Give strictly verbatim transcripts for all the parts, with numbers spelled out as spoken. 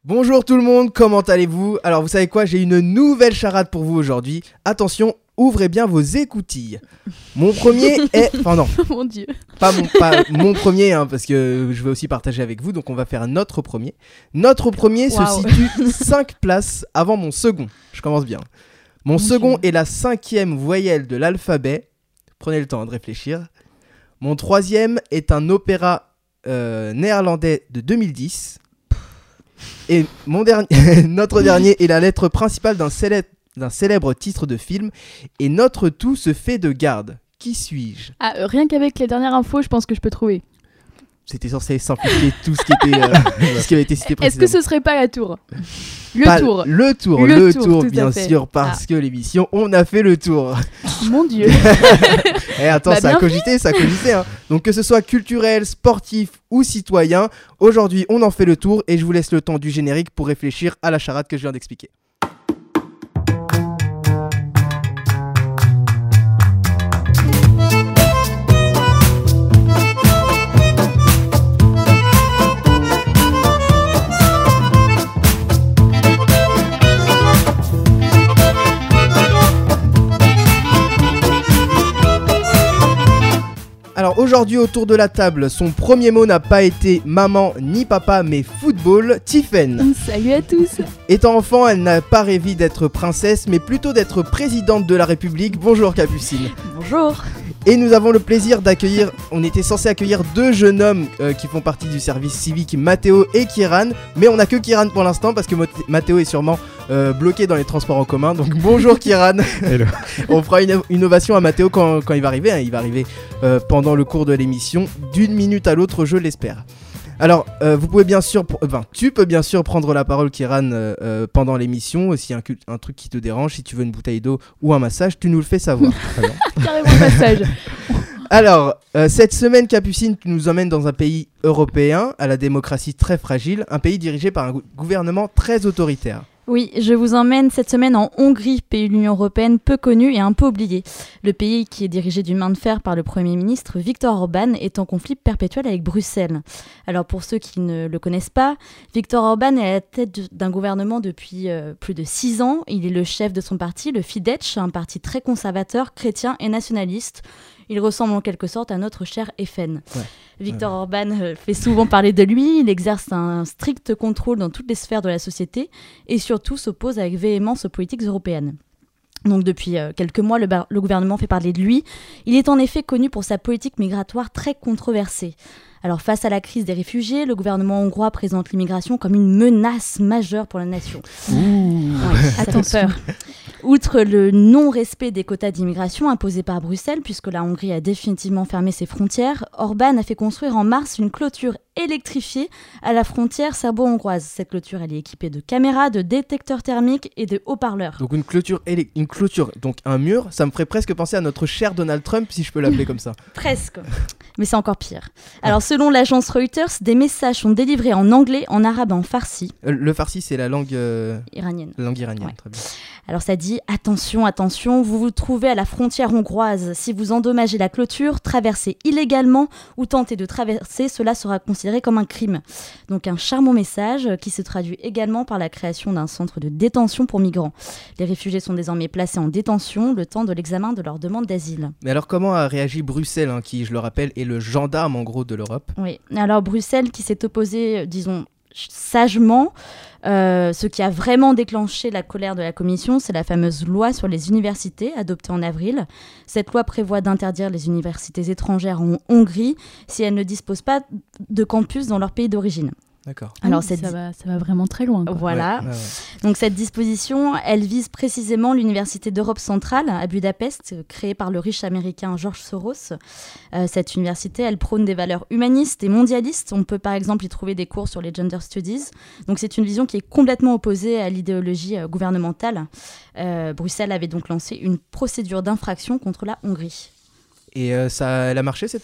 Bonjour tout le monde, comment allez-vous ? Alors vous savez quoi, j'ai une nouvelle charade pour vous aujourd'hui. Attention, ouvrez bien vos écoutilles. Mon premier est... Enfin non, Oh mon Dieu. pas mon, pas mon premier, hein, parce que je vais aussi partager avec vous, donc on va faire notre premier. Notre premier Wow. se situe cinq places avant mon second. Je commence bien. Mon, Mon second Dieu. est la cinquième voyelle de l'alphabet. Prenez le temps de réfléchir. Mon troisième est un opéra euh, néerlandais de deux mille dix. Et mon dernier, notre dernier est la lettre principale d'un célèbre, d'un célèbre titre de film. Et notre tout se fait de garde. Qui suis-je ? Ah, euh, rien qu'avec les dernières infos, je pense que je peux trouver. C'était censé simplifier tout ce qui était, euh, tout ce qui avait été cité Est-ce que précédemment. ce serait pas la tour Le Pas- tour. Le tour, Le le tour, tour, tout à bien fait. sûr, parce Ah. que l'émission, on a fait le tour. Mon Dieu. Eh attends, Bah, ça a bien cogité, ça a cogité. Hein. Donc que ce soit culturel, sportif ou citoyen, aujourd'hui on en fait le tour et je vous laisse le temps du générique pour réfléchir à la charade que je viens d'expliquer. Alors aujourd'hui autour de la table, son premier mot n'a pas été maman ni papa mais football, Tiffen. Salut à tous. Étant enfant, elle n'a pas rêvé d'être princesse mais plutôt d'être présidente de la République. Bonjour Capucine. Bonjour. Et nous avons le plaisir d'accueillir, on était censé accueillir deux jeunes hommes euh, qui font partie du service civique, Mathéo et Kieran. Mais on n'a que Kieran pour l'instant parce que Mot- Mathéo est sûrement euh, bloqué dans les transports en commun. Donc bonjour Kieran. Hello. On fera une, une ovation à Mathéo quand, quand il va arriver. Hein. Il va arriver euh, pendant le cours de l'émission, d'une minute à l'autre, je l'espère. Alors, euh, vous pouvez bien sûr, pr- enfin, tu peux bien sûr prendre la parole, Kieran, euh, euh, pendant l'émission. S'il y a un, cul- un truc qui te dérange, si tu veux une bouteille d'eau ou un massage, tu nous le fais savoir. Très bien. Carrément passage. Alors, euh, cette semaine, Capucine, tu nous emmènes dans un pays européen, à la démocratie très fragile, un pays dirigé par un gou- gouvernement très autoritaire. Oui, je vous emmène cette semaine en Hongrie, pays de l'Union européenne peu connu et un peu oublié. Le pays qui est dirigé d'une main de fer par le Premier ministre Viktor Orban est en conflit perpétuel avec Bruxelles. Alors pour ceux qui ne le connaissent pas, Viktor Orban est à la tête de- d'un gouvernement depuis euh, plus de six ans. Il est le chef de son parti, le Fidesz, un parti très conservateur, chrétien et nationaliste. Il ressemble en quelque sorte à notre cher F N. Ouais. Viktor Orban euh, fait souvent parler de lui, il exerce un strict contrôle dans toutes les sphères de la société et surtout s'oppose avec véhémence aux politiques européennes. Donc depuis euh, quelques mois, le, bar- le gouvernement fait parler de lui. Il est en effet connu pour sa politique migratoire très controversée. Alors face à la crise des réfugiés, le gouvernement hongrois présente l'immigration comme une menace majeure pour la nation. Ouais, ça fait Attention. peur. Outre le non-respect des quotas d'immigration imposés par Bruxelles, puisque la Hongrie a définitivement fermé ses frontières, Orban a fait construire en mars une clôture électrifiée à la frontière serbo-hongroise. Cette clôture, elle est équipée de caméras, de détecteurs thermiques et de haut-parleurs. Donc une clôture, éle- une clôture, donc un mur, ça me ferait presque penser à notre cher Donald Trump, si je peux l'appeler comme ça. Presque. Mais c'est encore pire. Alors selon l'agence Reuters, des messages sont délivrés en anglais, en arabe et en farsi, Euh, le farsi, c'est la langue, euh, iranienne. la langue iranienne. Ouais. Très bien. Alors ça dit, attention, attention, vous vous trouvez à la frontière hongroise. Si vous endommagez la clôture, traversez illégalement ou tentez de traverser, cela sera considéré comme un crime. Donc un charmant message qui se traduit également par la création d'un centre de détention pour migrants. Les réfugiés sont désormais placés en détention le temps de l'examen de leur demande d'asile. Mais alors comment a réagi Bruxelles, hein, qui, je le rappelle, est le gendarme en gros de l'Europe ? Oui, alors Bruxelles qui s'est opposée, euh, disons, sagement. Euh, ce qui a vraiment déclenché la colère de la Commission, c'est la fameuse loi sur les universités adoptée en avril. Cette loi prévoit d'interdire les universités étrangères en Hongrie si elles ne disposent pas de campus dans leur pays d'origine. D'accord. Alors Alors, ça, cette- va, ça va vraiment très loin. quoi. Voilà. Ouais, ouais, ouais. Donc cette disposition, elle vise précisément l'Université d'Europe centrale à Budapest, euh, créée par le riche américain George Soros. Euh, cette université, elle prône des valeurs humanistes et mondialistes. On peut par exemple y trouver des cours sur les gender studies. Donc c'est une vision qui est complètement opposée à l'idéologie euh, gouvernementale. Euh, Bruxelles avait donc lancé une procédure d'infraction contre la Hongrie. Et euh, ça, elle a marché cette procédure ?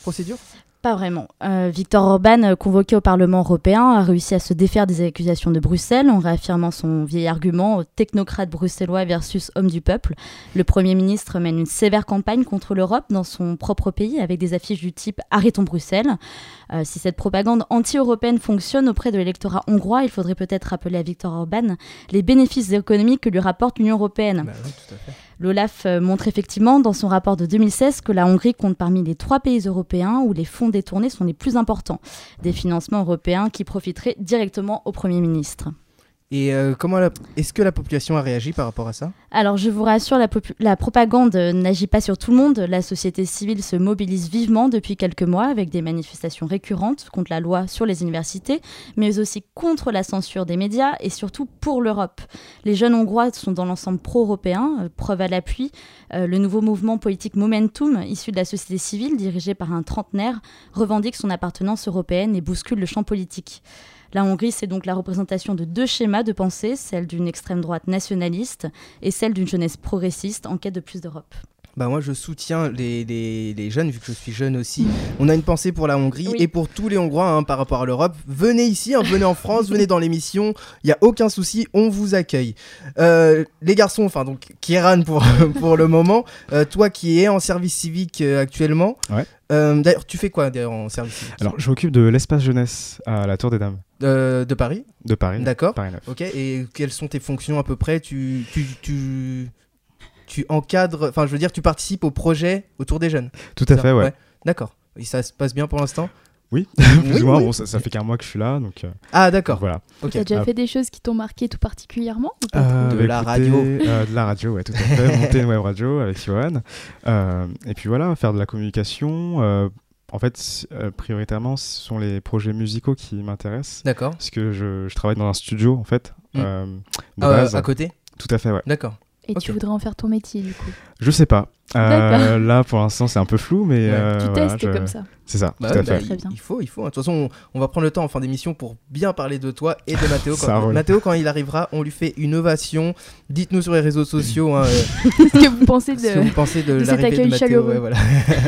Pas vraiment. Euh, Viktor Orban, euh, convoqué au Parlement européen, a réussi à se défaire des accusations de Bruxelles en réaffirmant son vieil argument euh, technocrate bruxellois versus homme du peuple. Le Premier ministre mène une sévère campagne contre l'Europe dans son propre pays avec des affiches du type « Arrêtons Bruxelles ». Euh, si cette propagande anti-européenne fonctionne auprès de l'électorat hongrois, il faudrait peut-être rappeler à Viktor Orban les bénéfices économiques que lui rapporte l'Union européenne. Bah oui, tout à fait. L'Olaf montre effectivement dans son rapport de deux mille seize que la Hongrie compte parmi les trois pays européens où les fonds détournés sont les plus importants, des financements européens qui profiteraient directement au Premier ministre. Et euh, comment la... est-ce que la population a réagi par rapport à ça ? Alors je vous rassure, la, popu- la propagande n'agit pas sur tout le monde. La société civile se mobilise vivement depuis quelques mois avec des manifestations récurrentes contre la loi sur les universités, mais aussi contre la censure des médias et surtout pour l'Europe. Les jeunes Hongrois sont dans l'ensemble pro-européen, euh, preuve à l'appui. Euh, le nouveau mouvement politique Momentum, issu de la société civile, dirigé par un trentenaire, revendique son appartenance européenne et bouscule le champ politique. La Hongrie, c'est donc la représentation de deux schémas de pensée, celle d'une extrême droite nationaliste et celle d'une jeunesse progressiste en quête de plus d'Europe. Bah moi je soutiens les, les, les jeunes vu que je suis jeune aussi. On a une pensée pour la Hongrie oui. et pour tous les Hongrois hein, par rapport à l'Europe. Venez ici, hein, venez en France, venez dans l'émission, il n'y a aucun souci, on vous accueille. Euh, les garçons, enfin donc Kieran pour, pour le moment, euh, toi qui es en service civique euh, actuellement, ouais. euh, d'ailleurs tu fais quoi d'ailleurs en service civique ? Alors je m'occupe de l'espace jeunesse à la Tour des Dames. Euh, de Paris ? De Paris. D'accord. Paris neuf. Ok, et quelles sont tes fonctions à peu près ? Tu... tu, tu... Tu encadres, enfin je veux dire, tu participes au projet autour des jeunes. Tout à fait, ouais. ouais. D'accord. Et ça se passe bien pour l'instant ? Oui, plus oui, ou moins. Oui. Bon, ça, ça fait qu'un mois que je suis là, donc. Euh, ah d'accord. Donc, voilà. Okay. Tu as déjà ah. fait des choses qui t'ont marqué tout particulièrement ou pas euh, De bah, la écoutez, radio. Euh, de la radio, ouais, tout à fait. Monter une web radio avec Johan. Euh, et puis voilà, faire de la communication. Euh, en fait, euh, prioritairement, ce sont les projets musicaux qui m'intéressent. D'accord. Parce que je, je travaille dans un studio, en fait. Mm. Euh, de euh, base. À côté ? Tout à fait, ouais. D'accord. Et okay. Tu voudrais en faire ton métier, du coup ? Je sais pas. Euh, là, pour l'instant, c'est un peu flou, mais... Ouais. Euh, tu voilà, testes je... comme ça. C'est ça, bah tout ouais, à bah, fait. Il, il faut, il faut. De toute façon, on, on va prendre le temps en fin d'émission pour bien parler de toi et de Mathéo. Quand, Mathéo, quand il arrivera, on lui fait une ovation. Dites-nous sur les réseaux sociaux hein, euh, ce que vous pensez de, ce que vous pensez de, de l'arrivée cet accueil de Mathéo. chaleureux. Ouais, voilà.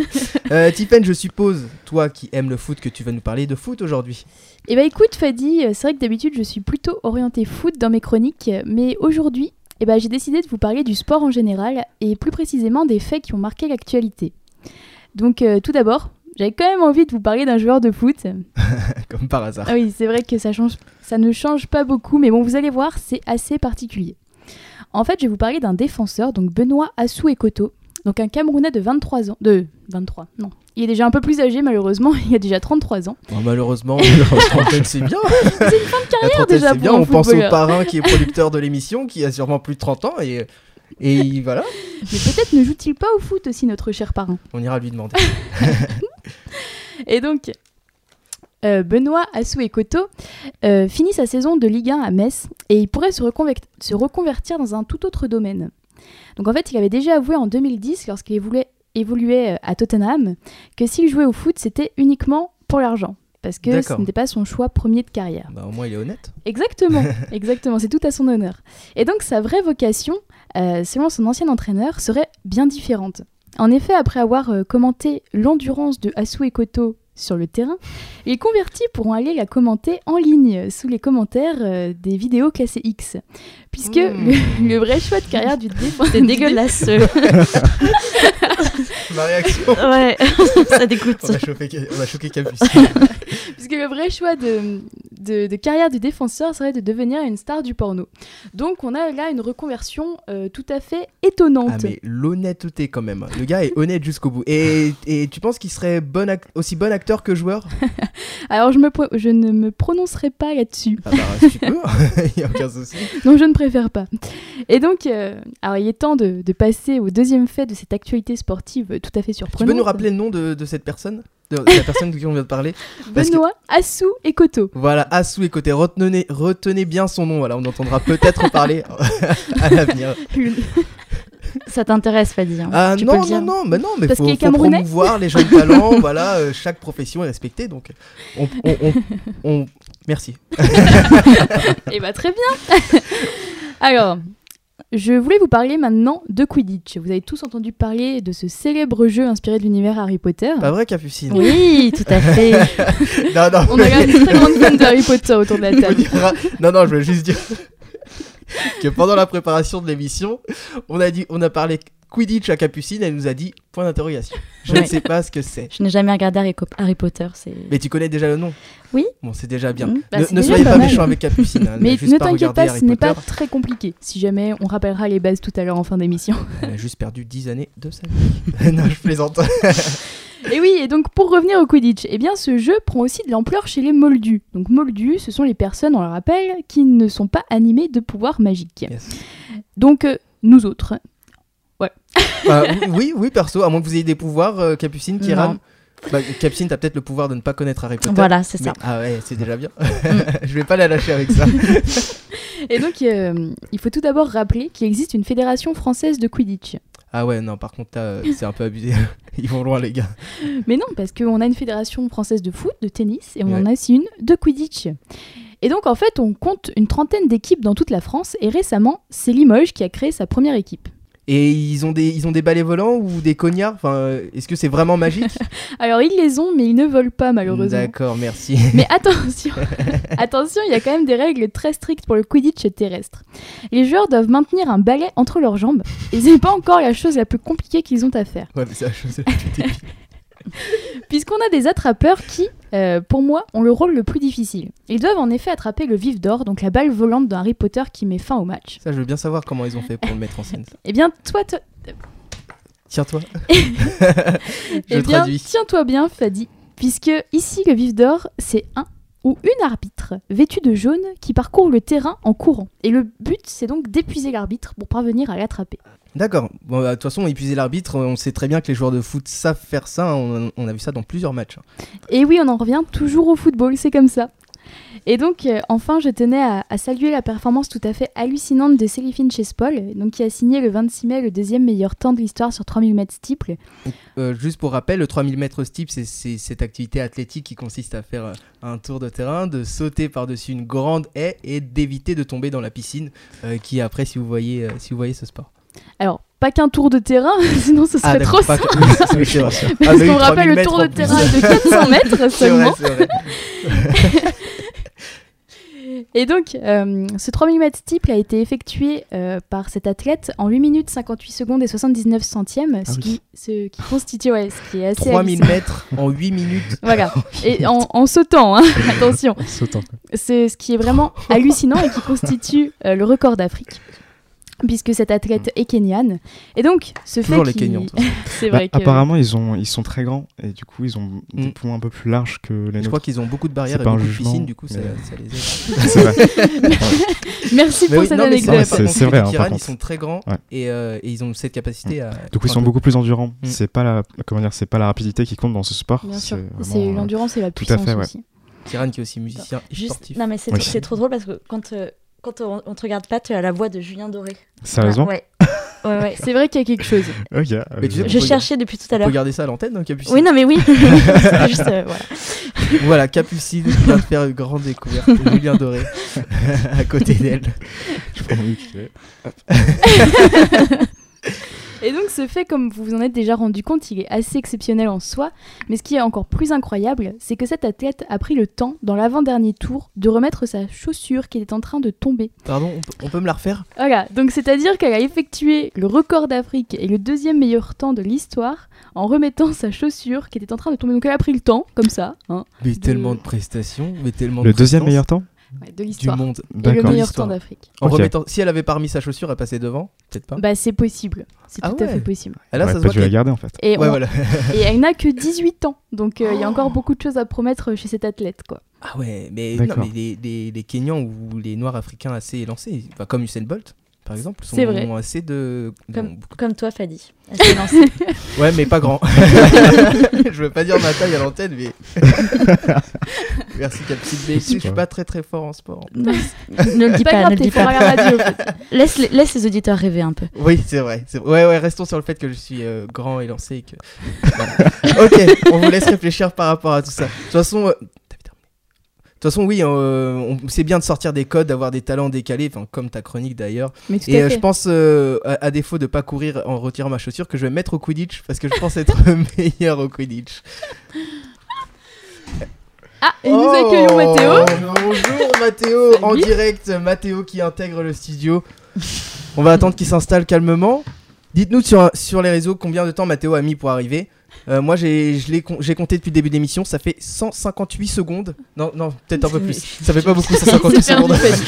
euh, Tiphaine, je suppose, toi qui aimes le foot, que tu vas nous parler de foot aujourd'hui. Eh bah écoute, Fadi, c'est vrai que d'habitude, je suis plutôt orientée foot dans mes chroniques, mais aujourd'hui, eh ben, j'ai décidé de vous parler du sport en général et plus précisément des faits qui ont marqué l'actualité. Donc euh, tout d'abord, j'avais quand même envie de vous parler d'un joueur de foot. Comme par hasard. Ah oui, c'est vrai que ça, change, ça ne change pas beaucoup, mais bon, vous allez voir, c'est assez particulier. En fait, je vais vous parler d'un défenseur, donc Benoît Assou Ekoto, donc un Camerounais de vingt-trois ans, de vingt-trois, non. Il est déjà un peu plus âgé malheureusement, il a déjà trente-trois ans. Oh, malheureusement, la trentaine c'est bien. C'est une fin de carrière déjà c'est bien. pour un On pense footballeur. au parrain qui est producteur de l'émission, qui a sûrement plus de trente ans et, et voilà. Mais peut-être ne joue-t-il pas au foot aussi notre cher parrain ? On ira lui demander. Et donc, euh, Benoît Assou Ekoto euh, finit sa saison de Ligue un à Metz et il pourrait se, reconver- se reconvertir dans un tout autre domaine. Donc en fait, il avait déjà avoué en deux mille dix, lorsqu'il évoluait, évoluait à Tottenham, que s'il jouait au foot, c'était uniquement pour l'argent. Parce que D'accord. ce n'était pas son choix premier de carrière. Bah, au moins, il est honnête. Exactement, exactement, c'est tout à son honneur. Et donc, sa vraie vocation, euh, selon son ancien entraîneur, serait bien différente. En effet, après avoir euh, commenté l'endurance de Assou Ekoto sur le terrain, les convertis pourront aller la commenter en ligne, sous les commentaires euh, des vidéos classées X. Puisque mmh. le, le vrai choix de carrière du défenseur... C'est dégueulasse. Ma réaction. Ouais, ça dégoûte. On a choqué, on a choqué Campus. Puisque le vrai choix de, de, de carrière du défenseur serait de devenir une star du porno. Donc on a là une reconversion euh, tout à fait étonnante. Ah mais l'honnêteté quand même. Le gars est honnête jusqu'au bout. Et, et tu penses qu'il serait bon ac- aussi bon acteur que joueur ? Alors je, me pro- je ne me prononcerai pas là-dessus. Ah bah si tu peux, il n'y a aucun souci. Non, je ne préfère pas. Et donc, euh, alors il est temps de, de passer au deuxième fait de cette actualité sportive tout à fait surprenante. Tu peux nous rappeler le nom de, de cette personne ? De, de la personne de qui on vient de parler ? Benoît que... Assou Ekoto. Voilà, Assou Ekoto. Retenez, retenez bien son nom. Voilà, on entendra peut-être parler à l'avenir. Ça t'intéresse, Fadi hein. Ah tu non, peux le non, dire. non, mais non, mais Parce faut, qu'il est faut camerounais. promouvoir les jeunes talents. Voilà, euh, chaque profession est respectée, donc on, on, on, on... merci. Eh bah très bien. Alors, je voulais vous parler maintenant de Quidditch. Vous avez tous entendu parler de ce célèbre jeu inspiré de l'univers Harry Potter. Pas vrai, Capucine? Oui, tout à fait. Non, non. On a quand même une très grande fan de Harry Potter autour de la On table. dira- Non, non, je voulais juste dire que pendant la préparation de l'émission, on a dit, on a parlé Quidditch à Capucine, elle nous a dit point d'interrogation. Je Ouais. ne sais pas ce que c'est. Je n'ai jamais regardé Harry, Co- Harry Potter. C'est... Mais tu connais déjà le nom? Oui. Bon, c'est déjà bien. Mmh. Bah, ne c'est ne déjà soyez pas pas mal. méchants avec Capucine. hein, elle Mais n'a juste ne pas t'inquiète regardé pas, Harry ce n'est pas Potter. très compliqué. Si jamais on rappellera les bases tout à l'heure en fin d'émission. Elle a juste perdu dix années de sa vie. Non, je plaisante. Et oui, et donc pour revenir au Quidditch, eh bien ce jeu prend aussi de l'ampleur chez les Moldus. Donc Moldus, ce sont les personnes, on le rappelle, qui ne sont pas animées de pouvoirs magiques. Yes. Donc euh, nous autres. Bah, oui, oui, perso, à moins que vous ayez des pouvoirs, euh, Capucine, Kiran. Non. Bah, Capucine, t'as peut-être le pouvoir de ne pas connaître Harry Potter. Voilà, c'est Mais- ça. Ah ouais, c'est déjà bien. Je vais pas la lâcher avec ça. Et donc euh, il faut tout d'abord rappeler qu'il existe une fédération française de Quidditch. Ah ouais, non, par contre, là, c'est un peu abusé. Ils vont loin, les gars. Mais non, parce qu'on a une fédération française de foot, de tennis, et on en Ouais. a aussi une de Quidditch. Et donc en fait, on compte une trentaine d'équipes dans toute la France, et récemment, c'est Limoges qui a créé sa première équipe. Et ils ont des, ils ont des balais volants ou des cognards. Enfin, euh, est-ce que c'est vraiment magique? Alors ils les ont, mais ils ne volent pas malheureusement. D'accord, merci. Mais attention, attention, il y a quand même des règles très strictes pour le Quidditch terrestre. Les joueurs doivent maintenir un balai entre leurs jambes, et c'est pas encore la chose la plus compliquée qu'ils ont à faire. Ouais, mais c'est la chose la plus débile. Puisqu'on a des attrapeurs qui, euh, pour moi, ont le rôle le plus difficile. Ils doivent en effet attraper le vif d'or, donc la balle volante d'un Harry Potter qui met fin au match. Ça, je veux bien savoir comment ils ont fait pour le mettre en scène. ça. Eh bien, toi, toi Tiens-toi. eh Je bien, traduis. tiens-toi bien, Fadi, puisque ici, le vif d'or, c'est un ou une arbitre vêtue de jaune qui parcourt le terrain en courant. Et le but, c'est donc d'épuiser l'arbitre pour parvenir à l'attraper. D'accord. Bon, bah, de toute façon, épuiser l'arbitre, on sait très bien que les joueurs de foot savent faire ça. On, on a vu ça dans plusieurs matchs. Et oui, on en revient toujours au football, c'est comme ça. Et donc, euh, enfin, je tenais à, à saluer la performance tout à fait hallucinante de Céliphine Chespol, donc qui a signé le vingt-six mai le deuxième meilleur temps de l'histoire sur trois mille mètres steeple. Euh, juste pour rappel, le trois mille mètres steep, c'est, c'est cette activité athlétique qui consiste à faire euh, un tour de terrain, de sauter par-dessus une grande haie et d'éviter de tomber dans la piscine, euh, qui est après, si vous voyez, euh, si vous voyez ce sport. Alors, pas qu'un tour de terrain, sinon ce serait trop pas simple. que- oui, c'est- oui, c'est vrai. Ah, Parce mais qu'on oui, rappelle, le trois mille tour de mètres en terrain plus. est de quatre cents mètres C'est vrai, seulement. c'est vrai. Et donc, euh, ce trois mille mètres steeple a été effectué euh, par cet athlète en huit minutes cinquante-huit secondes et soixante-dix-neuf centièmes, ce, oui. qui, ce qui constitue, ouais, ce qui est assez trois mille hallucinant. mètres en huit minutes. Voilà, et en, en sautant, hein, attention. Sautant. C'est ce qui est vraiment hallucinant et qui constitue euh, le record d''Afrique, puisque cet athlète est kenyan. Et donc, ce Toujours fait les qu'il- Kenyans, de toute façon. c'est Bah, vrai que... apparemment, ils, ont, ils sont très grands et du coup, ils ont des Mm. poumons un peu plus larges que les Je nôtres. crois qu'ils ont beaucoup de barrières C'est et pas un beaucoup de jugement, piscines, du coup, ça, mais- ça les aide. C'est vrai. Merci Mais pour oui, cette non, mais c'est anecdote. vrai, C'est- par contre, c'est vrai, les hein, Kiran, par ils contre. sont très grands Ouais. et, euh, et ils ont cette capacité à. Du coup, ils être sont un peu- beaucoup plus endurants. Mm. C'est pas la, comment dire, c'est pas la rapidité qui compte dans ce sport. Bien sûr, c'est c'est vraiment, euh, l'endurance et la tout à puissance fait, ouais. aussi. Kiran qui est aussi musicien et Juste- sportif. Non, mais c'est Oui. c'est trop drôle parce que quand, euh, quand on, on te regarde pas, tu as la voix de Julien Doré. Sérieusement Ouais. Ouais, ouais. C'est vrai qu'il y a quelque chose. Ok. euh, Mais tu sais, Je peut- cherchais depuis tout à On peut l'heure. garder ça à l'antenne, hein, Capucine. Oui, non, mais oui. C'était juste, euh, voilà. Voilà, Capucine vient de faire une grande découverte. Julien Doré à côté d'elle. je prends mon ukulélé. Et donc ce fait, comme vous vous en êtes déjà rendu compte, il est assez exceptionnel en soi. Mais ce qui est encore plus incroyable, c'est que cet athlète a pris le temps, dans l'avant-dernier tour, de remettre sa chaussure qui était en train de tomber. Pardon, on peut, on peut me la refaire? Voilà, donc c'est-à-dire qu'elle a effectué le record d'Afrique et le deuxième meilleur temps de l'histoire en remettant sa chaussure qui était en train de tomber. Donc elle a pris le temps, comme ça, hein, Mais De- tellement de prestations, mais tellement Le de deuxième prestance meilleur temps ouais, de du l'histoire. monde. Et le D'accord. meilleur L'histoire. temps d'Afrique. En Ok. remettant, si elle avait pas remis sa chaussure, elle passait devant, peut-être pas. Bah c'est possible, c'est Ah tout à ouais. fait possible. Ah, là, Ouais, ça se pas voit dû la qu'elle- garder en fait. Et, Ouais, on- voilà. et elle n'a que dix-huit ans, donc euh, il y a encore beaucoup de choses à promettre chez cette athlète, quoi. Ah ouais, mais, non, D'accord. mais les, les, les Kenyans ou les Noirs africains assez élancés, enfin, comme Usain Bolt, par exemple, sont C'est vrai. ont assez de. Comme- ont beaucoup- Comme toi, Fadi. Elle s'est lancée. Ouais, mais pas grand. Je veux pas dire ma taille à l'antenne, mais. Merci Capucine. Mais je suis pas très très fort en sport. ne le dis Pas pas, grave, ne le t'es dis fort pas. à la radio. en fait. Laisse les, laisse les auditeurs rêver un peu. Oui, c'est vrai. c'est- Ouais, ouais, restons sur le fait que je suis euh, grand et lancé. Et que... Voilà. Ok, on vous laisse réfléchir par rapport à tout ça. De toute façon, euh, t'avais terminé. toute façon, oui, euh, on- c'est bien de sortir des codes, d'avoir des talents décalés, enfin, comme ta chronique d'ailleurs. Mais tout Et à euh, fait. je pense, euh, à, à défaut de pas courir en retirant ma chaussure, que je vais me mettre au Quidditch parce que je pense être meilleur au Quidditch. Ah, et nous accueillons Mathéo. Oh, Bonjour Mathéo, en Salut. direct, Mathéo qui intègre le studio. On va attendre qu'il s'installe calmement. Dites-nous sur, sur les réseaux combien de temps Mathéo a mis pour arriver. Euh, moi j'ai, je l'ai con- j'ai compté depuis le début de l'émission, ça fait cent cinquante-huit secondes. Non, non, peut-être un peu plus. Ça fait pas beaucoup, cent cinquante-huit C'est perdu, secondes.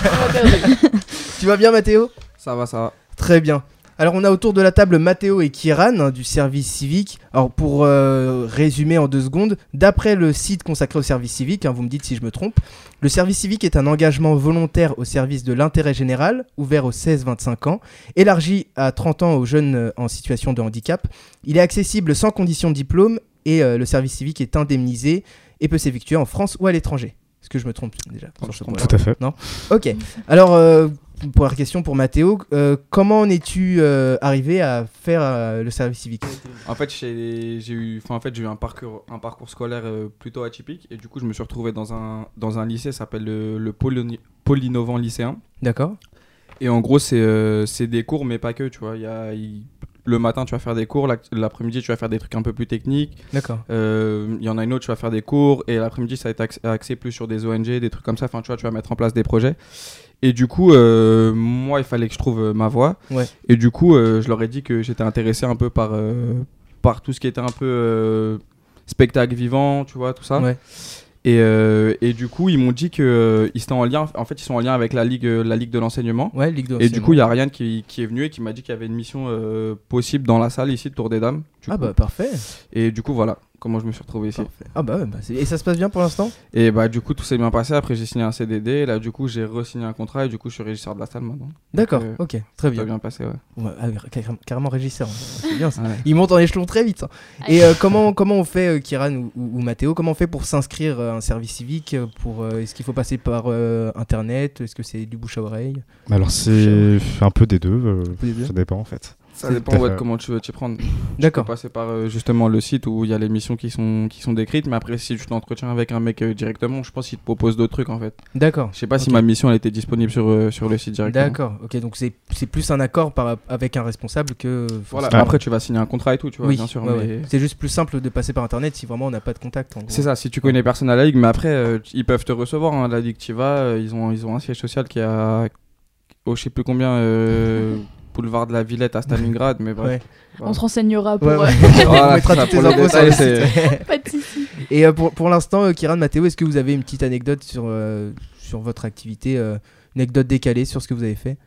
Fanny. Tu vas bien Mathéo ? Ça va, ça va. Très bien. Alors on a autour de la table Mathéo et Kieran hein, du service civique. Alors pour euh, résumer en deux secondes, d'après le site consacré au service civique, hein, vous me dites si je me trompe, le service civique est un engagement volontaire au service de l'intérêt général, ouvert aux seize vingt-cinq ans, élargi à trente ans aux jeunes euh, en situation de handicap. Il est accessible sans condition de diplôme et euh, le service civique est indemnisé et peut s'effectuer en France ou à l'étranger. Est-ce que je me trompe déjà sur ce point-là ? Tout à fait. Ok. Alors, euh, première question pour Mathéo. Euh, comment en es-tu euh, arrivé à faire euh, le service civique ? En fait, j'ai j'ai eu, enfin, en fait, j'ai eu un parcours, un parcours scolaire euh, plutôt atypique et du coup, je me suis retrouvé dans un, dans un lycée, ça s'appelle le, le Pôle, Pôle innovant lycéen. D'accord. Et en gros, c'est euh, c'est des cours, mais pas que, tu vois. Il y a, il- le matin, tu vas faire des cours, l'ac- l'après-midi, tu vas faire des trucs un peu plus techniques. D'accord. Euh, Il y en a une autre, tu vas faire des cours, et l'après-midi, ça va être ax- axé plus sur des O N G, des trucs comme ça. Enfin, tu vois, tu vas mettre en place des projets. Et du coup, euh, moi, il fallait que je trouve euh, ma voie. Ouais. Et du coup, euh, je leur ai dit que j'étais intéressé un peu par, euh, par tout ce qui était un peu euh, spectacle vivant, tu vois, tout ça. Ouais. Et, euh, et du coup, ils m'ont dit que euh, ils étaient en lien. En fait, ils sont en lien avec la ligue, euh, la ligue de l'enseignement. Ouais, Ligue de Et du l'enseignement. coup, il y a Ryan qui, qui est venu et qui m'a dit qu'il y avait une mission euh, possible dans la salle ici de Tour des Dames. Du Ah coup. bah parfait. Et du coup, voilà comment je me suis retrouvé ici. Parfait. Ah bah, ouais, bah c'est- et ça se passe bien pour l'instant ? Et bah, du coup, tout s'est bien passé. Après, j'ai signé un C D D. Et là, du coup, j'ai re-signé un contrat. Et du coup, je suis régisseur de la salle maintenant. D'accord. euh, Ok. Très Ça a bien. bien passé, ouais. Ouais, ah, car- carrément régisseur. hein. C'est bien ça. Ouais. Il monte en échelon très vite. hein. Et euh, comment comment on fait, euh, Kieran ou, ou, ou Mathéo, comment on fait pour s'inscrire à un service civique euh, pour, euh, Est-ce qu'il faut passer par euh, Internet ? Est-ce que c'est du bouche à oreille ? Alors c'est un peu des deux, euh, peu des deux. ça dépend en fait. Ça C'est dépend tout à ouais, fait. de comment tu veux t'y prendre. Tu D'accord. peux passer par euh, justement le site où il y a les missions qui sont, qui sont décrites. Mais après, si tu t'entretiens avec un mec euh, directement, je pense qu'il te propose d'autres trucs en fait. D'accord. Je sais pas si Ok. ma mission elle était disponible sur, euh, sur le site directement. D'accord. Ok. Donc c'est c'est plus un accord par, avec un responsable que. Voilà. Ah. Après, tu vas signer un contrat et tout, tu vois, oui, bien sûr. ouais, mais... ouais. C'est juste plus simple de passer par internet si vraiment on n'a pas de contact. En gros. C'est ça, si tu connais personne à la Ligue, mais après, euh, ils peuvent te recevoir. Hein, la Ligue, tu y vas, euh, ils, ont, ils ont un siège social qui a, oh, je sais plus combien, euh, boulevard de la Villette à Stalingrad, mais bref. Ouais. On se renseignera pour. Ouais, ouais. euh, Voilà, on mettra ça, toutes les pour le infos sur le détail, site. Pas de soucis. Et euh, pour, pour l'instant, euh, Kieran, Mathéo, est-ce que vous avez une petite anecdote sur, euh, sur votre activité, euh, une anecdote décalée sur ce que vous avez fait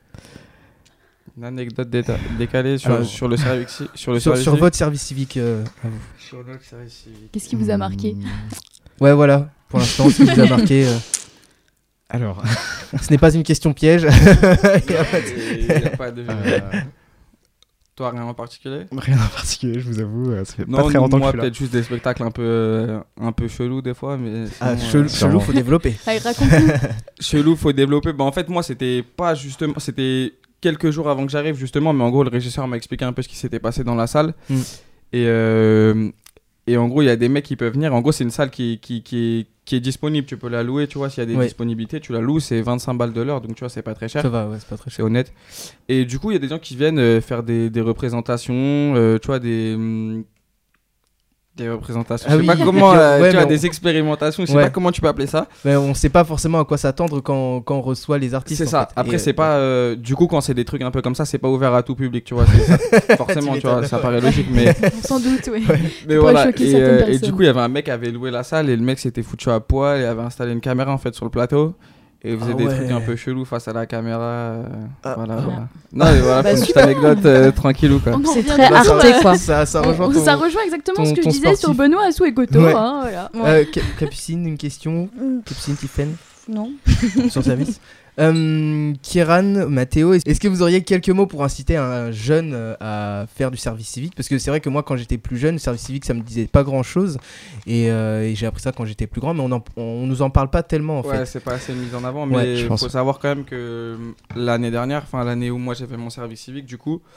Une anecdote déta- décalée sur, Alors, sur le service sur le sur, service sur civique. votre service civique euh, à vous. Sur notre service civique. Qu'est-ce qui vous a marqué ? Hmm. Ouais, voilà. Pour l'instant, ce qui vous a marqué. euh, Alors, ce n'est pas une question piège. Il y a pas de... euh, Toi, rien en particulier rien en particulier, je vous avoue, euh, ça fait Non, pas très longtemps que moi je suis là. peut-être juste des spectacles un peu, euh, un peu chelous des fois, mais Ah, sinon, chelou, euh, chelou, sûrement. faut développer. Allez, raconte-nous. Chelou, faut développer. Bah, en fait, moi, c'était pas justement. C'était quelques jours avant que j'arrive, justement. Mais en gros, le régisseur m'a expliqué un peu ce qui s'était passé dans la salle. Mm. Et, euh, et en gros, il y a des mecs qui peuvent venir. En gros, c'est une salle qui, qui, qui, est, qui est disponible. Tu peux la louer, tu vois. S'il y a des Ouais. disponibilités, tu la loues. C'est vingt-cinq balles de l'heure. Donc, tu vois, c'est pas très cher. Ça va, ouais, c'est pas très C'est cher. honnête. Et du coup, il y a des gens qui viennent euh, faire des, des représentations. euh, tu vois, des. hum, des représentations. Ah je sais oui. pas comment. euh, Ouais, tu vois, mais on- des expérimentations. Je sais Ouais. pas comment tu peux appeler ça. Mais on sait pas forcément à quoi s'attendre quand, quand on reçoit les artistes. C'est en ça. fait. Après, Et, c'est euh, pas. euh, du coup, quand c'est des trucs un peu comme ça, c'est pas ouvert à tout public, tu vois. c'est ça. Forcément, Tu tu vois, m'étonnes. ça paraît logique, mais, Sans doute, oui. mais Pour voilà. choquer Et, certaines euh, et personnes. du coup, il y avait un mec qui avait loué la salle et le mec s'était foutu à poil et avait installé une caméra en fait sur le plateau. Et il faisait Ah des ouais. trucs un peu chelous face à la caméra. euh, Ah. voilà, Ah. voilà. Non, mais voilà, Bah, pour une petite super. anecdote euh, tranquillou, quoi. On en C'est revient très de- Bah, ça- Arte, quoi. Ça, ça On- rejoint ton- ça rejoint exactement ton- ce que je ton disais sur sportif. Benoît Assou et Coto. Ouais. Hein, voilà. Euh, Ca- Capucine, une question. Mm, Capucine, Tiffen, Non. sur le service. Euh, Kieran, Mathéo, est-ce que vous auriez quelques mots pour inciter un jeune euh, à faire du service civique ? Parce que c'est vrai que moi, quand j'étais plus jeune, le service civique, ça me disait pas grand-chose. Et, euh, et j'ai appris ça quand j'étais plus grand, mais on, en- on nous en parle pas tellement, en Ouais, fait. c'est pas assez mis en avant, Ouais, mais je il pense. faut savoir quand même que euh, l'année dernière, enfin l'année où moi j'ai fait mon service civique, du coup,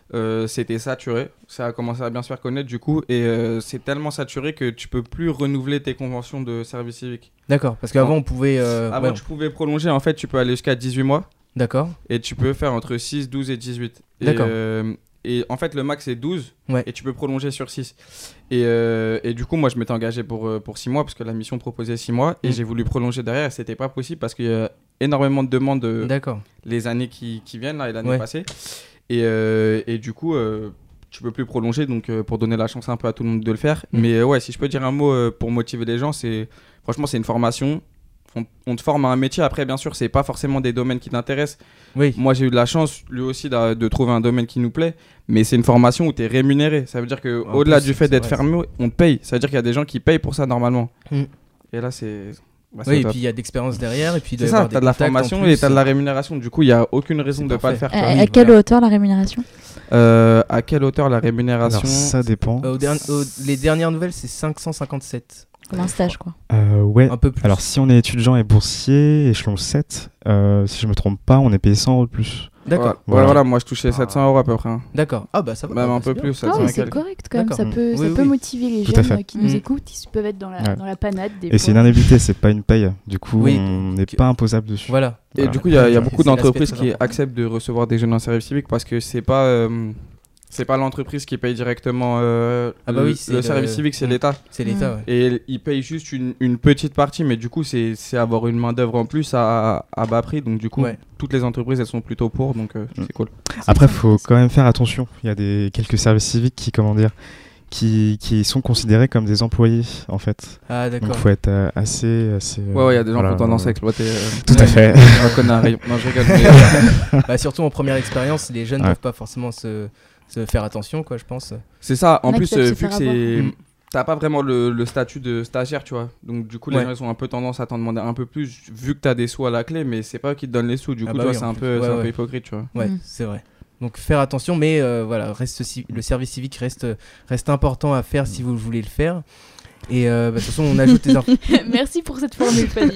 euh, c'était saturé. Ça a commencé à bien se faire connaître du coup. Et euh, c'est tellement saturé que tu peux plus renouveler tes conventions de service civique. D'accord, parce qu'avant on pouvait. Euh... Avant, ouais, tu pouvais prolonger. En fait, tu peux aller jusqu'à dix-huit mois. D'accord. Et tu peux faire entre six, douze et dix-huit. Et, D'accord. Euh, et en fait, le max c'est douze. Ouais. Et tu peux prolonger sur six. Et, euh, et du coup, moi, je m'étais engagé pour, pour six mois parce que la mission proposait six mois. Et Mm. j'ai voulu prolonger derrière. Et c'était pas possible parce qu'il y a énormément de demandes euh, D'accord. les années qui, qui viennent, là, et l'année Ouais. passée. Et, euh, et du coup, euh, tu peux plus prolonger. Donc, euh, pour donner la chance un peu à tout le monde de le faire. Mm. Mais euh, ouais, si je peux dire un mot euh, pour motiver les gens, c'est franchement, c'est une formation. On, on te forme à un métier. Après, bien sûr, c'est pas forcément des domaines qui t'intéressent. Oui. Moi, j'ai eu de la chance, lui aussi, de, de trouver un domaine qui nous plaît. Mais c'est une formation où tu es rémunéré. Ça veut dire qu'au-delà plus, du fait c'est d'être vrai, fermé, on te paye. Ça veut dire qu'il y a des gens qui payent pour ça normalement. Mm. Et là, c'est. Bah, c'est Oui, et top. puis il y a d'expérience derrière. Et puis il C'est doit y ça, avoir t'as de des la contacts en formation plus. et t'as de la rémunération. Du coup, il n'y a aucune raison C'est de ne pas le parfait. faire. À, quoi. oui, à quelle voilà. hauteur la rémunération? Euh, à quelle hauteur la rémunération Alors ça dépend. Euh, au derni- au- les dernières nouvelles, c'est cinq cent cinquante-sept. Comme un stage, quoi. Euh, ouais. Un peu plus. Alors si on est étudiant et boursier, échelon sept, euh, si je me trompe pas, on est payé cent euros de plus. D'accord. Ouais, Voilà. voilà, moi je touchais sept cents euros à peu près. hein. D'accord. Ah bah ça va. Même Ah, un bah, peu c'est plus, bien. ça Ah, tient mais à c'est quel- correct quand même, ça D'accord. peut, Oui, ça oui. peut motiver les Tout à jeunes fait. euh, qui nous Mm. écoutent, ils peuvent être dans la, Ouais. dans la panade. Des Et c'est fois. une indemnité, c'est pas une paye. Du coup, Oui. on n'est pas imposable dessus. Voilà. Et Voilà. du coup, il y a, il y a C'est beaucoup l'aspect d'entreprises très qui important. acceptent de recevoir des jeunes en service civique parce que c'est pas, euh, c'est pas l'entreprise qui paye directement euh, Ah bah le, oui, c'est le le- service civique, c'est Mm. l'État. C'est l'État, ouais. Et ils payent juste une, une petite partie, mais du coup, c'est c'est avoir une main-d'œuvre en plus à, à bas prix. Donc, du coup, Ouais. toutes les entreprises, elles sont plutôt pour. Donc, euh, Mm. c'est cool. Après, faut quand même faire attention. Il y a des quelques services civiques qui, comment dire, qui, qui sont considérés comme des employés en fait. Ah Donc, d'accord. faut être euh, assez, assez. euh, Ouais, ouais, il y a des gens voilà, qui ont tendance euh, à exploiter. euh, Tout à fait. un connard. Non, je rigole. mais- Bah, surtout en première expérience, les jeunes ne Ouais. doivent pas forcément se, se faire attention, quoi, je pense. C'est ça. En On plus, accepte euh, se vu que faire c'est. avoir. T'as pas vraiment le, le statut de stagiaire, tu vois. Donc, du coup, les Ouais. gens, ils ont un peu tendance à t'en demander un peu plus, vu que t'as des sous à la clé, mais c'est pas eux qui te donnent les sous. Du Ah coup, bah tu vois, oui, c'est en un, plus. peu, Ouais, c'est un ouais. peu hypocrite, tu vois. Ouais, Mm. c'est vrai. Donc faire attention, mais euh, voilà, reste ci- le service civique reste, reste important à faire si vous voulez le faire. Et euh, bah, de toute façon, on ajoute les infos. Merci pour cette formule, Fanny.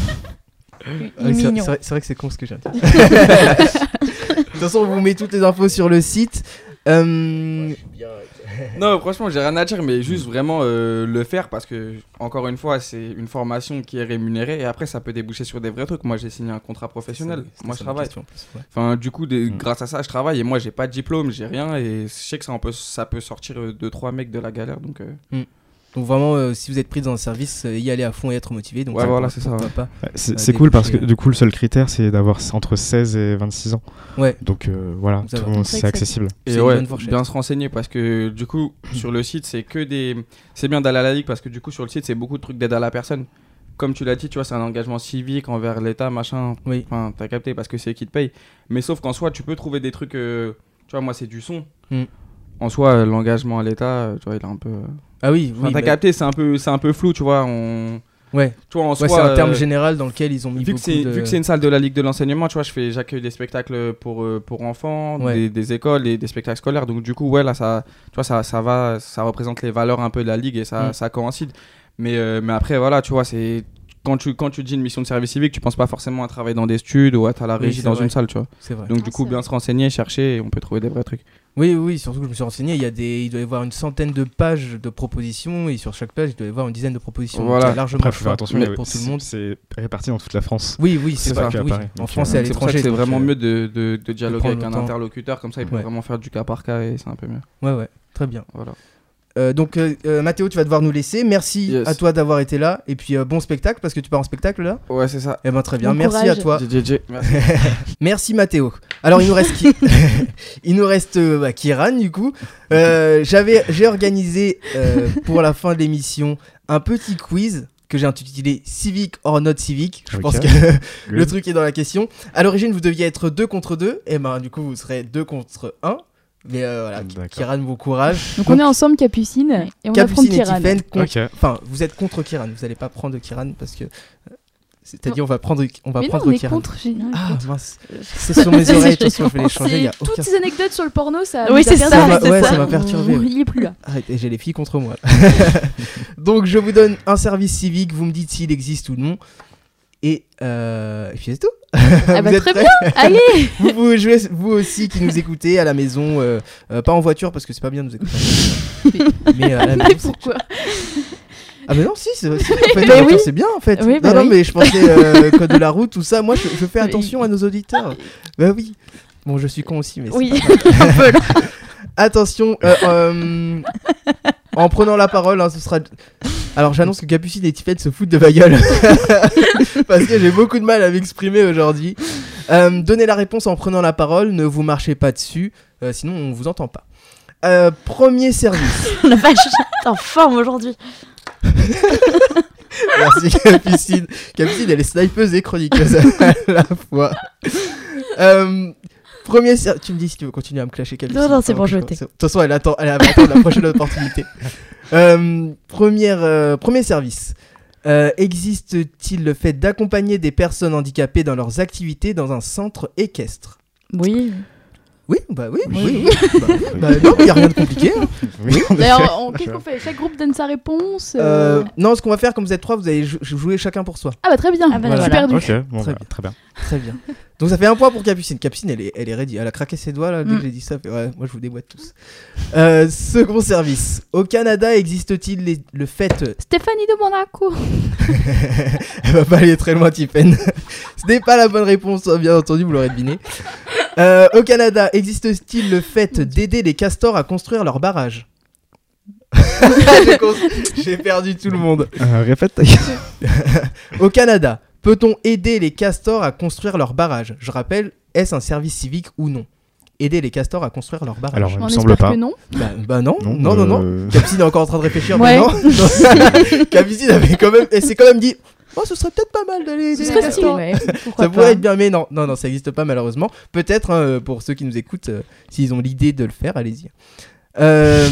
Ouais, c'est, mignon. c'est vrai, c'est vrai que c'est con ce que j'ai dit. De toute façon, on vous met toutes les infos sur le site. Euh, Non, franchement, j'ai rien à dire, mais juste vraiment euh, le faire parce que, encore une fois, c'est une formation qui est rémunérée et après, ça peut déboucher sur des vrais trucs. Moi, j'ai signé un contrat professionnel. C'était Moi, je ça ma travaille. question, en plus, ouais. Enfin, du coup, des- Mm. grâce à ça, je travaille et moi, j'ai pas de diplôme, j'ai rien et je sais que ça, on peut, ça peut sortir euh, deux, trois mecs de la galère. Donc, euh, Donc vraiment, euh, si vous êtes pris dans un service, euh, y aller à fond et être motivé. Donc Ouais, ça, voilà, pour- c'est ça, pourquoi ouais. pas. Ouais, c'est Bah, c'est cool parce que déboucher, du coup, le seul critère, c'est d'avoir entre seize et vingt-six ans. Ouais. Donc euh, voilà, Ça tout va. le monde, C'est c'est vrai que accessible. C'est Et une ouais, bonne fourchette. bien se renseigner parce que du coup, sur le site, c'est que des. C'est bien d'aller à la ligue parce que du coup, sur le site, c'est beaucoup de trucs d'aide à la personne. Comme tu l'as dit, tu vois, c'est un engagement civique envers l'État, machin. Oui. Enfin, t'as capté parce que c'est eux qui te payent. Mais sauf qu'en soi, tu peux trouver des trucs. euh, Tu vois, moi, c'est du son. Mm. En soi, euh, l'engagement à l'État, euh, tu vois, il est un peu. euh, Ah oui, Enfin, oui. t'as bah, capté, c'est un peu, c'est un peu flou, tu vois. On. ouais. Tu vois, en Ouais, soi. c'est un terme euh, général dans lequel ils ont mis Vu que, beaucoup c'est, de... vu que c'est une salle de la Ligue de l'enseignement, tu vois, je fais, j'accueille des spectacles pour, euh, pour enfants, Ouais. des, des écoles et des spectacles scolaires. Donc du coup, ouais, là, ça, tu vois, ça, ça va, ça représente les valeurs un peu de la Ligue et ça, Mm. ça coïncide. Mais, euh, mais après, voilà, tu vois, c'est quand tu, quand tu dis une mission de service civique, tu penses pas forcément à travailler dans des studs ou à être à la Oui, régie c'est dans vrai. une salle, tu vois. C'est vrai. Donc Ah, du coup, c'est bien vrai. se renseigner, chercher, et on peut trouver des vrais trucs. Oui, oui, surtout que je me suis renseigné, il y a des, il doit y avoir une centaine de pages de propositions et sur chaque page, il doit y avoir une dizaine de propositions. Donc, Voilà. il y a largement Après, le faut choix faire attention, pour mais tout le c'est- monde. c'est réparti dans toute la France. Oui, oui, c'est C'est ça. pas qu'à Oui. Paris. En Donc, France euh, et à C'est pour ça que l'étranger. c'est donc, vraiment euh, mieux de, de, de dialoguer prendre avec le un temps. interlocuteur, comme ça, il peut Ouais. vraiment faire du cas par cas et c'est un peu mieux. Ouais, ouais, très bien. Voilà. Euh, donc, euh, euh, Mathéo, tu vas devoir nous laisser. Merci Yes. à toi d'avoir été là. Et puis, euh, bon spectacle, parce que tu pars en spectacle là. Ouais, c'est ça. Eh ben, très bien. Bon Merci courage. à toi. J J J. Merci. Merci Mathéo. Alors il nous reste qui il nous reste euh, bah, Kiran du coup. Euh, j'avais j'ai organisé euh, pour la fin de l'émission un petit quiz que j'ai intitulé Civic or not civic. Je Ok. pense que le truc est dans la question. À l'origine vous deviez être deux contre deux. Et ben du coup vous serez deux contre un. Mais euh, voilà, D'accord. Kiran, bon courage. Donc, on est ensemble, Capucine, et on Capucine affronte et Kiran. Tiffen contre- Ok. Enfin, vous êtes contre Kiran. Vous allez pas prendre Kiran parce que. euh, C'est-à-dire, on va prendre, on va Mais non, prendre on est Kiran. contre. j'ai- non, Ah contre. mince, c'est sur mes oreilles, attention, je vais les changer. Il y a C'est toutes aucun... ces anecdotes sur le porno, ça. Oui, nous a c'est perdu ça, avec c'est ça. ça m'a perturbé. On- Il est plus là. Arrête, et j'ai les filles contre moi. Donc je vous donne un service civique, vous me dites s'il existe ou non. Et, euh, et puis c'est tout. Ah bah Vous êtes très prêts bien, allez. Vous pouvez jouer, vous aussi qui nous écoutez à la maison, euh, euh, pas en voiture parce que c'est pas bien de nous écouter. mais euh, à la Mais maison, c'est- pourquoi? Ah mais non, si, c'est, si, en fait, Mais la voiture, oui. c'est bien en fait. Oui, bah non, non, oui. mais je pensais euh, code de la route, tout ça. Moi, je, je fais Mais- attention à nos auditeurs. Bah oui. Bon, je suis con aussi, mais c'est Oui, pas un peu là. Attention, euh, euh, en prenant la parole, hein, ce sera. Alors j'annonce que Capucine et Tiffen se foutent de ma gueule parce que j'ai beaucoup de mal à m'exprimer aujourd'hui. Euh, donnez la réponse en prenant la parole, ne vous marchez pas dessus, euh, sinon on vous entend pas. Euh, premier service. La vache, t'es en forme aujourd'hui. Merci Capucine. Capucine, elle est snipeuse et chroniqueuse à la fois. Euh, Premier service. Tu me dis si tu veux continuer à me clasher, Capucine. Non, non, c'est Enfin, bon, je de t'ai. toute façon, elle attend, elle va attendre la prochaine opportunité. Euh, première, euh, premier service. Euh, existe-t-il le fait d'accompagner des personnes handicapées dans leurs activités dans un centre équestre? Oui. Oui, bah oui, oui, Oui. oui. Bah, oui. Bah, non, mais il n'y a rien de compliqué. hein. Oui. D'ailleurs, on- qu'est-ce qu'on fait? Chaque groupe donne sa réponse. euh, Euh, non, ce qu'on va faire, comme vous êtes trois, vous allez jou- jouer chacun pour soi. Ah bah très bien, Ah bah je suis voilà. perdue. Ok, bon, Très bah, bien. très bien. Très bien. Donc ça fait un point pour Capucine. Capucine, elle est, elle est ready. Elle a craqué ses doigts là dès Mm. que j'ai dit ça. Elle fait, ouais, moi je vous déboîte tous. Euh, second service. Au Canada, existe-t-il les- le fait... Stéphanie de Monaco. Elle va pas aller très loin, Tiffen. Ce n'est pas la bonne réponse, bien entendu, vous l'aurez deviné. Euh, au Canada, existe-t-il le fait d'aider les castors à construire leur barrage? J'ai cons- J'ai perdu tout le monde. Euh, répète ta Au Canada, peut-on aider les castors à construire leur barrage? Je rappelle, est-ce un service civique ou non? Aider les castors à construire leur barrage. Alors, il On me semble espère pas. que non. Bah, bah non, non, Non, non, non. euh, Capucine est encore en train de réfléchir, Ouais. mais non. Non. Capucine avait quand même, elle s'est quand même dit, oh, ce serait peut-être pas mal d'aller Ce aider les serait stylé. castors. Ouais. Pourquoi Ça pas. pourrait être bien, mais non, non, non, ça n'existe pas malheureusement. Peut-être hein, pour ceux qui nous écoutent, euh, s'ils ont l'idée de le faire, allez-y. Euh...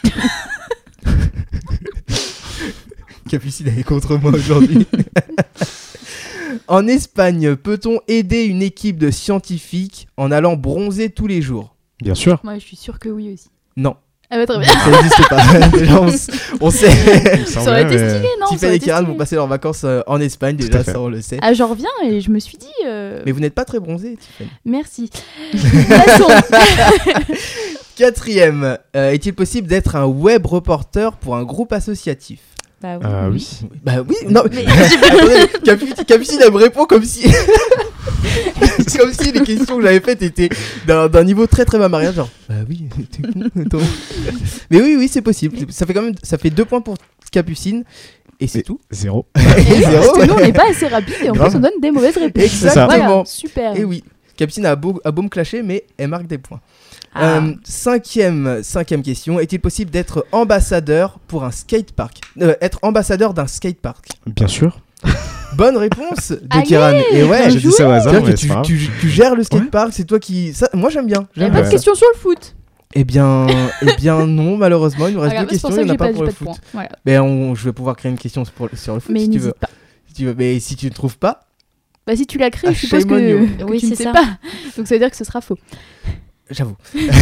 Capucine elle est contre moi aujourd'hui. En Espagne, peut-on aider une équipe de scientifiques en allant bronzer tous les jours? Bien sûr. Moi, je suis sûre que oui aussi. Non, Ah bah très bien. ça n'existe pas. Déjà, on, s- on sait. Ça aurait été stylé, non? ça Tiffen aurait et été Kiran stylé. vont passer leurs vacances euh, en Espagne, Tout déjà, à fait. ça on le sait. Ah, j'en reviens et je me suis dit. euh, Mais vous n'êtes pas très bronzé, Tiffen. Merci. Passons. Quatrième, euh, est-il possible d'être un web reporter pour un groupe associatif? Bah oui. Euh, oui. Bah oui, non, Mais- attendez, Capucine, Capucine, elle me répond comme si... comme si les questions que j'avais faites étaient d'un, d'un niveau très très bas mariage, genre, bah oui, t'es con, attends. Mais oui, oui, c'est possible. C'est- Ça fait quand même, ça fait deux points pour Capucine, et c'est Et- tout. Zéro. Et oui, Zéro, parce que ouais. nous, on n'est pas assez rapide et en Grave. plus, on donne des mauvaises réponses. Exactement. Voilà, super. Et oui, Capucine a beau, a beau me clasher, mais elle marque des points. Ah. Euh, cinquième, cinquième question, est-il possible d'être ambassadeur pour un skatepark euh, Être ambassadeur d'un skatepark? Bien sûr. Bonne réponse de Allez, Kiran. Et ouais, J'ai dit ça au hasard, c'est-à-dire mais que c'est tu, pas grave. tu- tu gères le skatepark, c'est toi qui... Ça, moi j'aime bien. Il n'y a J'aime pas bien. de question sur le foot. Eh bien, eh bien non, malheureusement, il nous reste Regarde, deux c'est pour questions, ça il que n'y en j'ai a pas, pas j'ai pour pas le de foot. points. Voilà. Mais on, je vais pouvoir créer une question pour le- sur le foot Mais si tu veux. n'hésite pas. Si tu veux. Mais si tu ne trouves pas, Bah si tu l'as créé, Ah, je suppose shame on que, you. que Oui, tu ne c'est sais ça. pas. Donc ça veut dire que ce sera faux. j'avoue.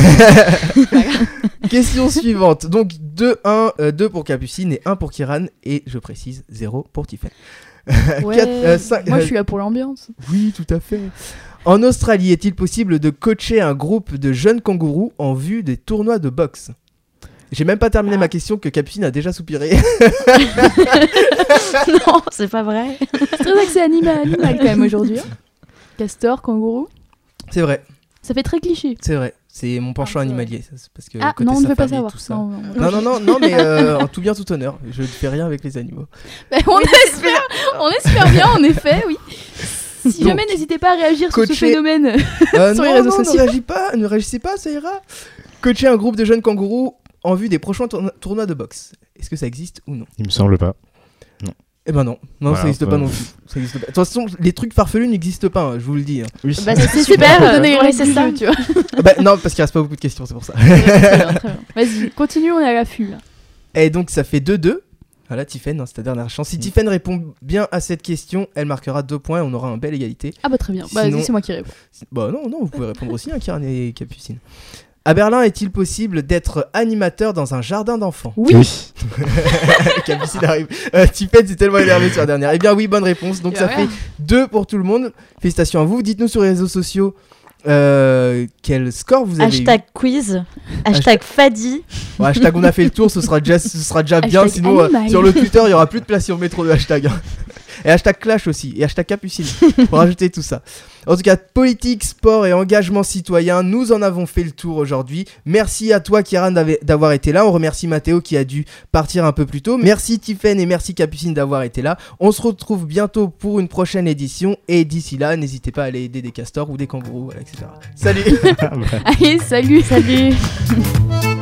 Question suivante. Donc deux un, deux pour Capucine et un pour Kiran. Et je précise, zéro pour Tiffen. Ouais. Quatre, euh, cinq- Moi, euh, je suis là pour l'ambiance. Oui, tout à fait. En Australie, est-il possible de coacher un groupe de jeunes kangourous en vue des tournois de boxe? J'ai même pas terminé Ah. ma question que Capucine a déjà soupiré. Non, c'est pas vrai. C'est très axé animal, animal quand même aujourd'hui. hein. Castor, kangourou. C'est vrai, Ça fait très cliché. c'est vrai. C'est mon penchant Ah, c'est vrai. animalier. ça, c'est parce que Ah côté non, on ne veut pas safari, savoir. tout ça. Non, non, non. Non, non, non, non, mais euh, en tout bien, tout honneur. Je ne fais rien avec les animaux. Bah, on, espère, on espère bien, en effet, oui. Si Donc, jamais, n'hésitez pas à réagir sur ce coacher- phénomène. Euh, Sur non, les réseaux non, sociaux. ne réagissez pas, ne réagissez pas, ça ira. Coacher un groupe de jeunes kangourous en vue des prochains tourno- tournois de boxe. Est-ce que ça existe ou non? Il me semble pas. Eh ben non, non, Voilà, ça n'existe pas bah, non plus. Ça existe pas. De toute façon, les trucs farfelus n'existent pas, hein, je vous le dis. hein. Oui. Bah, c'est C'est super. super, donner les Ouais, règles c'est du ça. jeu, tu vois. Ah bah, non, parce qu'il reste pas beaucoup de questions, c'est pour ça. Très bien, très bien. Vas-y, continue, on est à l'affût. là. Et donc ça fait deux deux. Voilà, Tiffen, hein, c'est ta dernière chance. Si Mm. Tiffen répond bien à cette question, elle marquera deux points et on aura un belle égalité. Ah bah très bien. Bah, Sinon- vas-y, c'est moi qui réponds. Bah non, non, vous pouvez répondre aussi, hein, Kiran et Capucine. À Berlin, est-il possible d'être animateur dans un jardin d'enfants? Oui. Capucine arrive. Euh, Tiffen s'est tellement énervé sur la dernière. Eh bien oui, bonne réponse. Donc Et ça ouais. fait deux pour tout le monde. Félicitations à vous. Dites-nous sur les réseaux sociaux euh, quel score vous avez Hashtag quiz, hashtag Fadi. eu. Bon, hashtag on a fait le tour, ce sera déjà, ce sera déjà bien. Hashtag Sinon, euh, animal. sur le Twitter, il n'y aura plus de place sur métro de hashtag. hein. Et hashtag Clash aussi. Et hashtag Capucine. Pour rajouter tout ça. En tout cas, politique, sport et engagement citoyen, nous en avons fait le tour aujourd'hui. Merci à toi, Kieran, d'av- d'avoir été là. On remercie Mathéo qui a dû partir un peu plus tôt. Merci Tiffen et merci Capucine d'avoir été là. On se retrouve bientôt pour une prochaine édition. Et d'ici là, n'hésitez pas à aller aider des castors ou des kangourous, voilà, et cetera. Salut. Allez, salut. Salut.